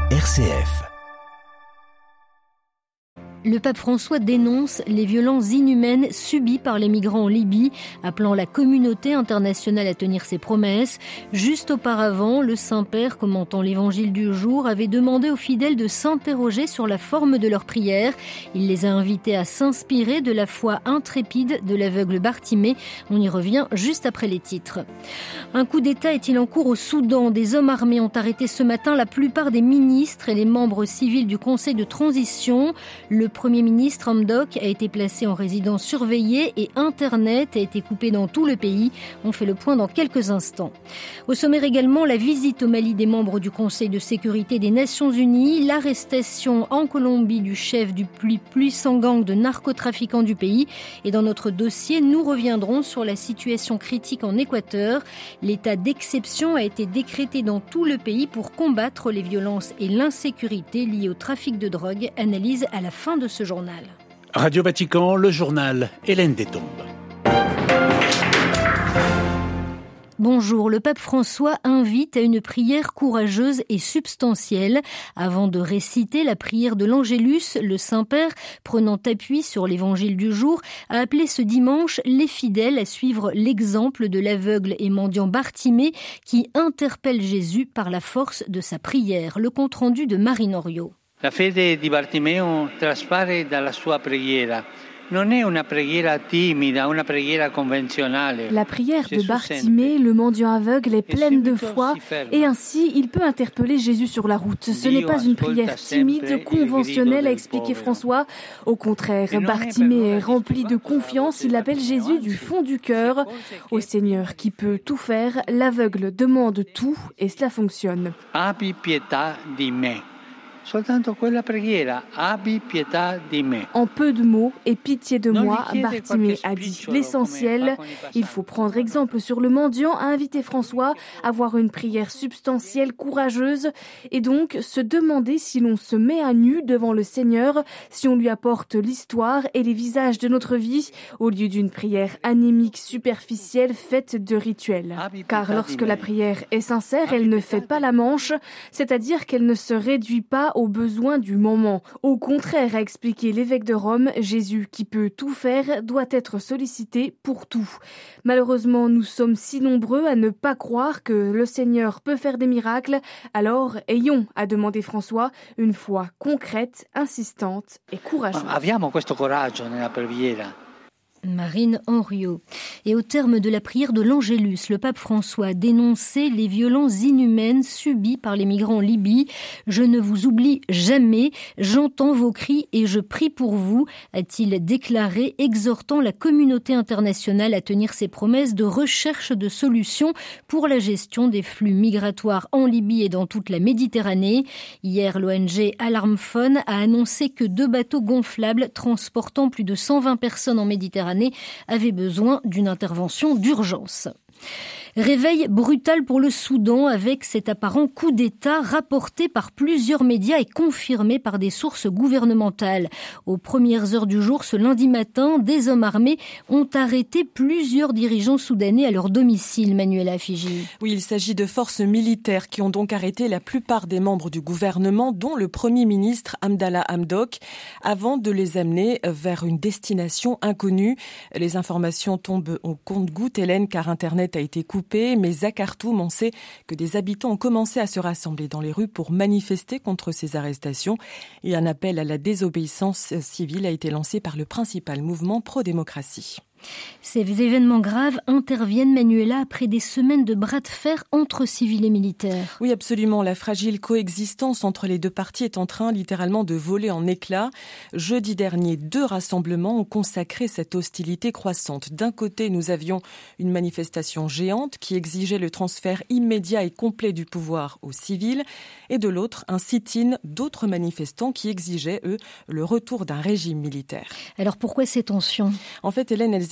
RCF. Le pape François dénonce les violences inhumaines subies par les migrants en Libye, appelant la communauté internationale à tenir ses promesses. Juste auparavant, le Saint-Père, commentant l'évangile du jour, avait demandé aux fidèles de s'interroger sur la forme de leurs prières. Il les a invités à s'inspirer de la foi intrépide de l'aveugle Bartimée. On y revient juste après les titres. Un coup d'État est-il en cours au Soudan ? Des hommes armés ont arrêté ce matin la plupart des ministres et les membres civils du Conseil de transition. Le Premier ministre Hamdok a été placé en résidence surveillée et Internet a été coupé dans tout le pays. On fait le point dans quelques instants. Au sommaire également, la visite au Mali des membres du Conseil de sécurité des Nations Unies, l'arrestation en Colombie du chef du plus puissant gang de narcotrafiquants du pays. Et dans notre dossier, nous reviendrons sur la situation critique en Équateur. L'état d'exception a été décrété dans tout le pays pour combattre les violences et l'insécurité liées au trafic de drogue. Analyse à la fin de ce journal. Radio Vatican, le journal, Hélène Détombe. Bonjour, le pape François invite à une prière courageuse et substantielle. Avant de réciter la prière de l'Angélus, le Saint-Père, prenant appui sur l'évangile du jour, a appelé ce dimanche les fidèles à suivre l'exemple de l'aveugle et mendiant Bartimée qui interpelle Jésus par la force de sa prière. Le compte-rendu de Marine Henriot. La fede di Bartimeo traspare dalla sua preghiera. Non è una preghiera timida, una preghiera convenzionale. La prière de Bartimée, le mendiant aveugle, est pleine de foi et ainsi il peut interpeller Jésus sur la route. Ce n'est pas une prière timide, conventionnelle, a expliqué François. Au contraire, Bartimée est rempli de confiance, il appelle Jésus du fond du cœur. Au Seigneur qui peut tout faire, l'aveugle demande tout et cela fonctionne. Abbi pietà di me. Soltanto quella preghiera, abbi pietà di me. En peu de mots, et pitié de moi, Bartimée a dit. L'essentiel, il faut prendre exemple sur le mendiant, a invité François à avoir une prière substantielle, courageuse, et donc se demander si l'on se met à nu devant le Seigneur, si on lui apporte l'histoire et les visages de notre vie, au lieu d'une prière anémique, superficielle, faite de rituels. Car lorsque la prière est sincère, elle ne fait pas la manche, c'est-à-dire qu'elle ne se réduit pas aux besoins du moment. Au contraire, a expliqué l'évêque de Rome, Jésus qui peut tout faire doit être sollicité pour tout. Malheureusement, nous sommes si nombreux à ne pas croire que le Seigneur peut faire des miracles, alors ayons, a demandé François, une foi concrète, insistante et courageuse. Abbiamo questo coraggio nella preghiera. Marine Henriot. Et au terme de la prière de l'Angélus, le pape François a dénoncé les violences inhumaines subies par les migrants en Libye. « Je ne vous oublie jamais, j'entends vos cris et je prie pour vous », a-t-il déclaré, exhortant la communauté internationale à tenir ses promesses de recherche de solutions pour la gestion des flux migratoires en Libye et dans toute la Méditerranée. Hier, l'ONG Alarm Phone a annoncé que 2 bateaux gonflables transportant plus de 120 personnes en Méditerranée avait besoin d'une intervention d'urgence. Réveil brutal pour le Soudan avec cet apparent coup d'État rapporté par plusieurs médias et confirmé par des sources gouvernementales. Aux premières heures du jour, ce lundi matin, des hommes armés ont arrêté plusieurs dirigeants soudanais à leur domicile, Manuela Figi. Oui, il s'agit de forces militaires qui ont donc arrêté la plupart des membres du gouvernement, dont le Premier ministre Abdallah Hamdok, avant de les amener vers une destination inconnue. Les informations tombent au compte-gouttes, Hélène, car Internet a été coupé. Mais à Khartoum, on sait que des habitants ont commencé à se rassembler dans les rues pour manifester contre ces arrestations. Et un appel à la désobéissance civile a été lancé par le principal mouvement pro-démocratie. Ces événements graves interviennent, Manuela, après des semaines de bras de fer entre civils et militaires. Oui, absolument. La fragile coexistence entre les deux parties est en train littéralement de voler en éclats. Jeudi dernier, 2 rassemblements ont consacré cette hostilité croissante. D'un côté, nous avions une manifestation géante qui exigeait le transfert immédiat et complet du pouvoir aux civils. Et de l'autre, un sit-in d'autres manifestants qui exigeaient, eux, le retour d'un régime militaire. Alors pourquoi ces tensions ? En fait, Hélène, elles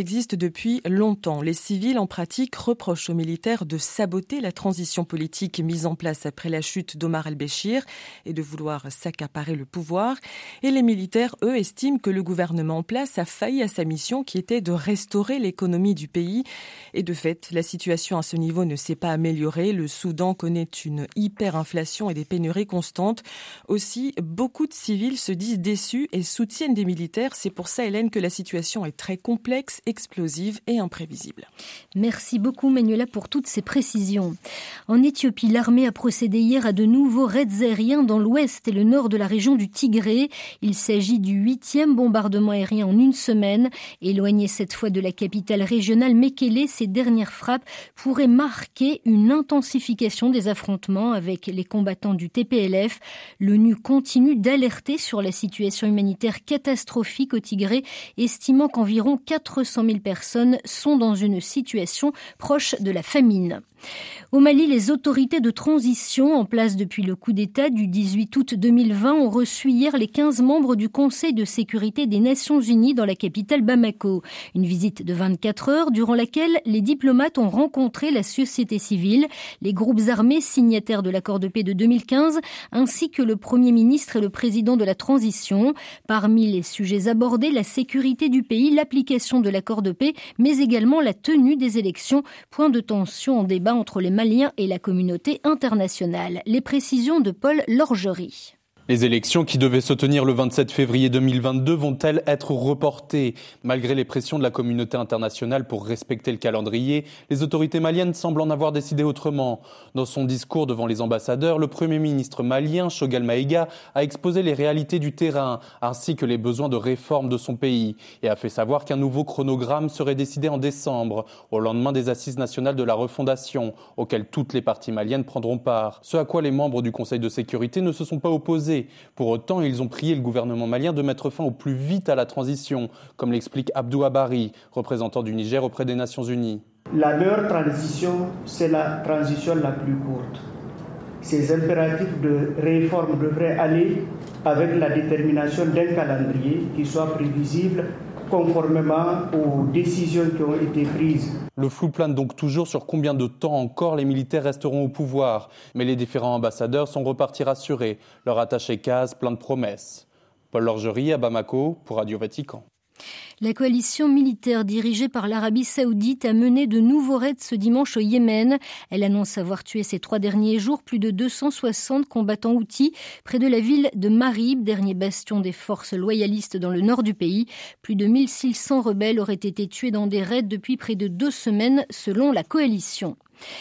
existent depuis longtemps. Les civils, en pratique, reprochent aux militaires de saboter la transition politique mise en place après la chute d'Omar el-Béchir et de vouloir s'accaparer le pouvoir. Et les militaires, eux, estiment que le gouvernement en place a failli à sa mission qui était de restaurer l'économie du pays. Et de fait, la situation à ce niveau ne s'est pas améliorée. Le Soudan connaît une hyperinflation et des pénuries constantes. Aussi, beaucoup de civils se disent déçus et soutiennent des militaires. C'est pour ça, Hélène, que la situation est très complexe, explosive et imprévisible. Merci beaucoup, Manuela, pour toutes ces précisions. En Éthiopie, l'armée a procédé hier à de nouveaux raids aériens dans l'ouest et le nord de la région du Tigré. Il s'agit du 8e bombardement aérien en une semaine. Éloigné cette fois de la capitale régionale Mekele, ces dernières frappes pourraient marquer une intensification des affrontements avec les combattants du TPLF. L'ONU continue d'alerter sur la situation humanitaire catastrophique au Tigré, estimant qu'environ 400 000 personnes sont dans une situation proche de la famine. Au Mali, les autorités de transition en place depuis le coup d'État du 18 août 2020 ont reçu hier les 15 membres du Conseil de sécurité des Nations Unies dans la capitale Bamako. Une visite de 24 heures durant laquelle les diplomates ont rencontré la société civile, les groupes armés signataires de l'accord de paix de 2015, ainsi que le Premier ministre et le président de la transition. Parmi les sujets abordés, la sécurité du pays, l'application de l'accord de paix, mais également la tenue des élections, point de tension en débat entre les Maliens et la communauté internationale. Les précisions de Paul Lorgerie. Les élections qui devaient se tenir le 27 février 2022 vont-elles être reportées ? Malgré les pressions de la communauté internationale pour respecter le calendrier, les autorités maliennes semblent en avoir décidé autrement. Dans son discours devant les ambassadeurs, le Premier ministre malien, Choguel Maïga, a exposé les réalités du terrain ainsi que les besoins de réforme de son pays et a fait savoir qu'un nouveau chronogramme serait décidé en décembre, au lendemain des assises nationales de la refondation, auxquelles toutes les parties maliennes prendront part. Ce à quoi les membres du Conseil de sécurité ne se sont pas opposés. Pour autant, ils ont prié le gouvernement malien de mettre fin au plus vite à la transition, comme l'explique Abdou Abari, représentant du Niger auprès des Nations Unies. La meilleure transition, c'est la transition la plus courte. Ces impératifs de réforme devraient aller avec la détermination d'un calendrier qui soit prévisible conformément aux décisions qui ont été prises. Le flou plane donc toujours sur combien de temps encore les militaires resteront au pouvoir. Mais les différents ambassadeurs sont repartis rassurés. Leur attaché case plein de promesses. Paul Lorgerie à Bamako pour Radio Vatican. La coalition militaire dirigée par l'Arabie Saoudite a mené de nouveaux raids ce dimanche au Yémen. Elle annonce avoir tué ces 3 derniers jours plus de 260 combattants houthis près de la ville de Marib, dernier bastion des forces loyalistes dans le nord du pays. Plus de 1600 rebelles auraient été tués dans des raids depuis près de 2 semaines selon la coalition.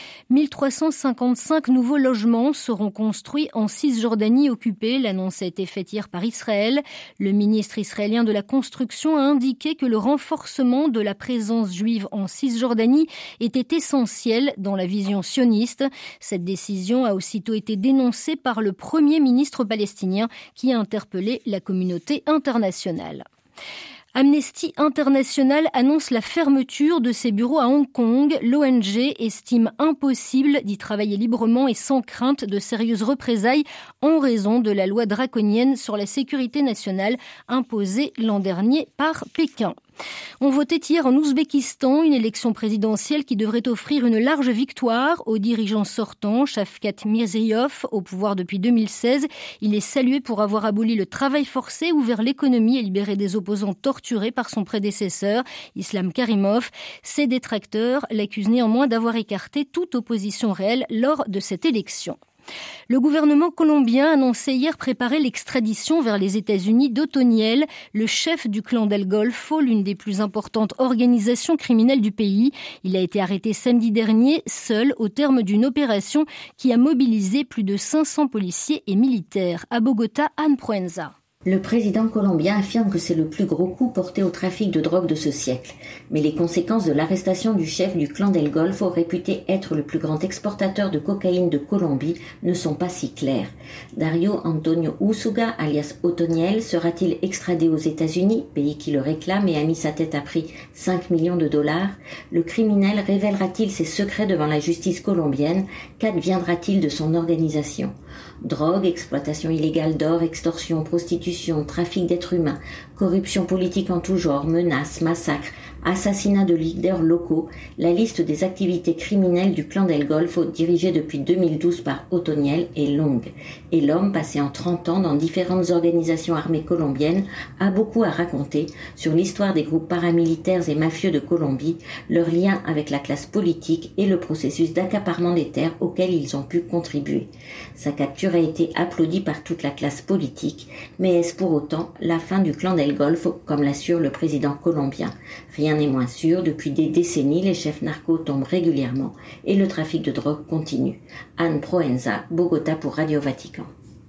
1355 nouveaux logements seront construits en Cisjordanie occupée. L'annonce a été faite hier par Israël. Le ministre israélien de la Construction a indiqué que le renforcement de la présence juive en Cisjordanie était essentiel dans la vision sioniste. Cette décision a aussitôt été dénoncée par le Premier ministre palestinien qui a interpellé la communauté internationale. Amnesty International annonce la fermeture de ses bureaux à Hong Kong. L'ONG estime impossible d'y travailler librement et sans crainte de sérieuses représailles en raison de la loi draconienne sur la sécurité nationale imposée l'an dernier par Pékin. On votait hier en Ouzbékistan une élection présidentielle qui devrait offrir une large victoire au dirigeant sortant, Shavkat Mirziyoyev, au pouvoir depuis 2016. Il est salué pour avoir aboli le travail forcé, ouvert l'économie et libéré des opposants torturés par son prédécesseur, Islam Karimov. Ses détracteurs l'accusent néanmoins d'avoir écarté toute opposition réelle lors de cette élection. Le gouvernement colombien annonçait hier préparer l'extradition vers les États-Unis d'Otoniel, le chef du clan del Golfo, l'une des plus importantes organisations criminelles du pays. Il a été arrêté samedi dernier, seul, au terme d'une opération qui a mobilisé plus de 500 policiers et militaires. À Bogota, Anne Proenza. Le président colombien affirme que c'est le plus gros coup porté au trafic de drogue de ce siècle. Mais les conséquences de l'arrestation du chef du clan del Golfo, réputé être le plus grand exportateur de cocaïne de Colombie, ne sont pas si claires. Dario Antonio Usuga, alias Otoniel, sera-t-il extradé aux États-Unis, pays qui le réclame et a mis sa tête à prix 5 millions de dollars? Le criminel révélera-t-il ses secrets devant la justice colombienne? Qu'adviendra-t-il de son organisation? Drogue, exploitation illégale d'or, extorsion, prostitution, trafic d'êtres humains, corruption politique en tout genre, menaces, massacres, Assassinat de leaders locaux, la liste des activités criminelles du clan del Golfo, dirigé depuis 2012 par Otoniel, est longue. Et l'homme, passé en 30 ans dans différentes organisations armées colombiennes, a beaucoup à raconter sur l'histoire des groupes paramilitaires et mafieux de Colombie, leur lien avec la classe politique et le processus d'accaparement des terres auquel ils ont pu contribuer. Sa capture a été applaudie par toute la classe politique, mais est-ce pour autant la fin du clan del Golfo, comme l'assure le président colombien? Rien n'est moins sûr, depuis des décennies, les chefs narcos tombent régulièrement et le trafic de drogue continue. Anne Proenza, Bogota pour Radio Vatican.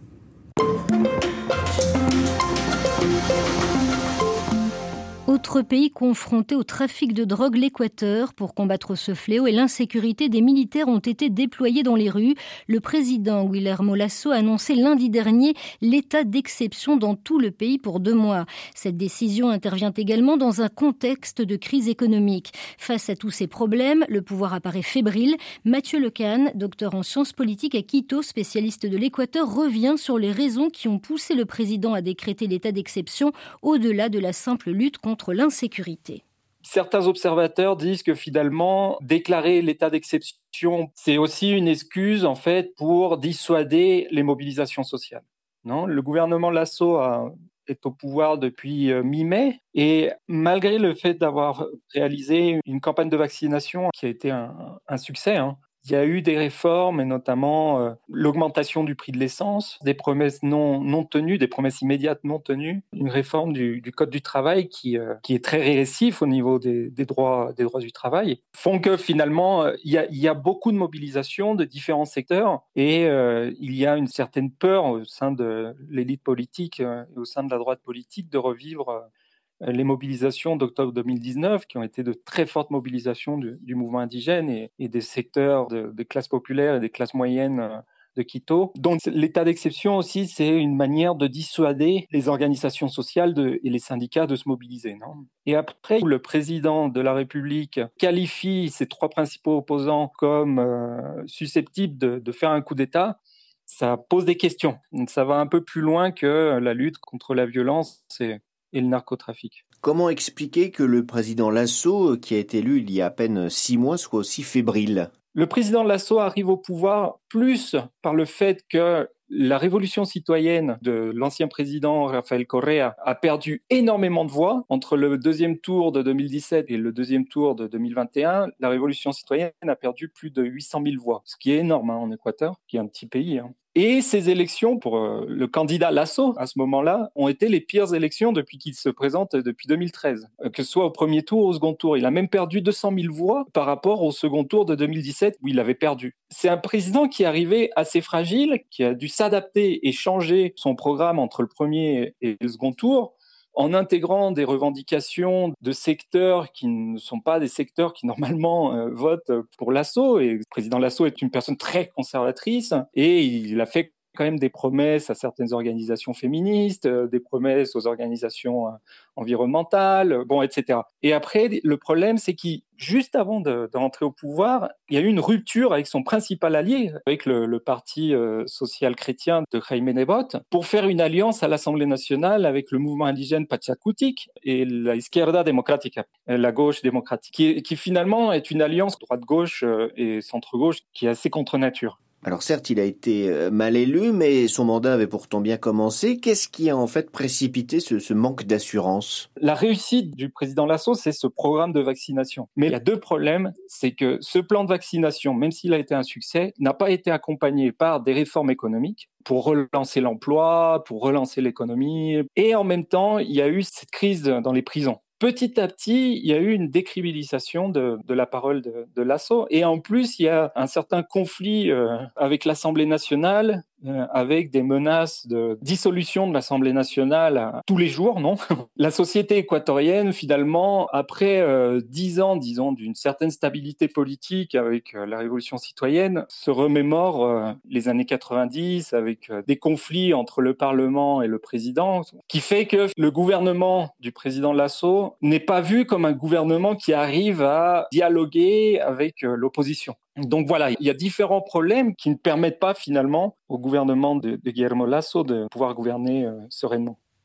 Autre pays confronté au trafic de drogue, l'Équateur. Pour combattre ce fléau et l'insécurité, des militaires ont été déployés dans les rues. Le président Guillermo Lasso a annoncé lundi dernier l'état d'exception dans tout le pays pour 2 mois. Cette décision intervient également dans un contexte de crise économique. Face à tous ces problèmes, le pouvoir apparaît fébrile. Mathieu Lecane, docteur en sciences politiques à Quito, spécialiste de l'Équateur, revient sur les raisons qui ont poussé le président à décréter l'état d'exception au-delà de la simple lutte contre l'insécurité. Certains observateurs disent que finalement, déclarer l'état d'exception, c'est aussi une excuse en fait pour dissuader les mobilisations sociales. Non, le gouvernement Lasso est au pouvoir depuis mi-mai et malgré le fait d'avoir réalisé une campagne de vaccination qui a été un succès, il y a eu des réformes, et notamment l'augmentation du prix de l'essence, des promesses non tenues, des promesses immédiates non tenues, une réforme du Code du travail qui est très régressif au niveau des droits du travail, font que finalement, il y a beaucoup de mobilisation de différents secteurs et il y a une certaine peur au sein de l'élite politique et au sein de la droite politique de revivre les mobilisations d'octobre 2019, qui ont été de très fortes mobilisations du mouvement indigène et des secteurs des classes populaires et des classes moyennes de Quito. Donc l'état d'exception aussi, c'est une manière de dissuader les organisations sociales et les syndicats de se mobiliser. Non ? Et après, le président de la République qualifie ses 3 principaux opposants comme susceptibles de faire un coup d'État. Ça pose des questions. Ça va un peu plus loin que la lutte contre la violence et le narcotrafic. Comment expliquer que le président Lasso, qui a été élu il y a à peine 6 mois, soit aussi fébrile ? Le président Lasso arrive au pouvoir plus par le fait que la révolution citoyenne de l'ancien président Rafael Correa a perdu énormément de voix. Entre le 2e tour de 2017 et le 2e tour de 2021, la révolution citoyenne a perdu plus de 800 000 voix, ce qui est énorme en Équateur, qui est un petit pays. Et ces élections pour le candidat Lasso, à ce moment-là, ont été les pires élections depuis qu'il se présente depuis 2013. Que ce soit au premier tour ou au second tour. Il a même perdu 200 000 voix par rapport au second tour de 2017 où il avait perdu. C'est un président qui est arrivé assez fragile, qui a dû s'adapter et changer son programme entre le premier et le second tour, en intégrant des revendications de secteurs qui ne sont pas des secteurs qui normalement votent pour Lasso. Et le président Lasso est une personne très conservatrice et il a fait quand même des promesses à certaines organisations féministes, des promesses aux organisations environnementales, etc. Et après, le problème, c'est qu'il juste avant de rentrer au pouvoir, il y a eu une rupture avec son principal allié, avec le parti social-chrétien de Jaime Nebot, pour faire une alliance à l'Assemblée nationale avec le mouvement indigène Pachakutik et la Izquierda Democrática, la gauche démocratique, qui finalement est une alliance droite-gauche et centre-gauche qui est assez contre nature. Alors certes, il a été mal élu, mais son mandat avait pourtant bien commencé. Qu'est-ce qui a en fait précipité ce manque d'assurance ? La réussite du président Lasso, c'est ce programme de vaccination. Mais il y a 2 problèmes. C'est que ce plan de vaccination, même s'il a été un succès, n'a pas été accompagné par des réformes économiques pour relancer l'emploi, pour relancer l'économie. Et en même temps, il y a eu cette crise dans les prisons. Petit à petit, il y a eu une décrédibilisation de la parole de Lasso. Et en plus, il y a un certain conflit avec l'Assemblée nationale, avec des menaces de dissolution de l'Assemblée nationale tous les jours, non ? La société équatorienne, finalement, après 10 ans, disons, d'une certaine stabilité politique avec la révolution citoyenne, se remémore les années 90 avec des conflits entre le Parlement et le président, qui fait que le gouvernement du président Lasso n'est pas vu comme un gouvernement qui arrive à dialoguer avec l'opposition. Donc voilà, il y a différents problèmes qui ne permettent pas finalement au gouvernement de Guillermo Lasso de pouvoir gouverner sereinement.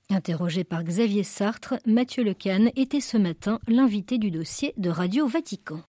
Interrogé par Xavier Sartre, Mathieu Lecane était ce matin l'invité du dossier de Radio Vatican.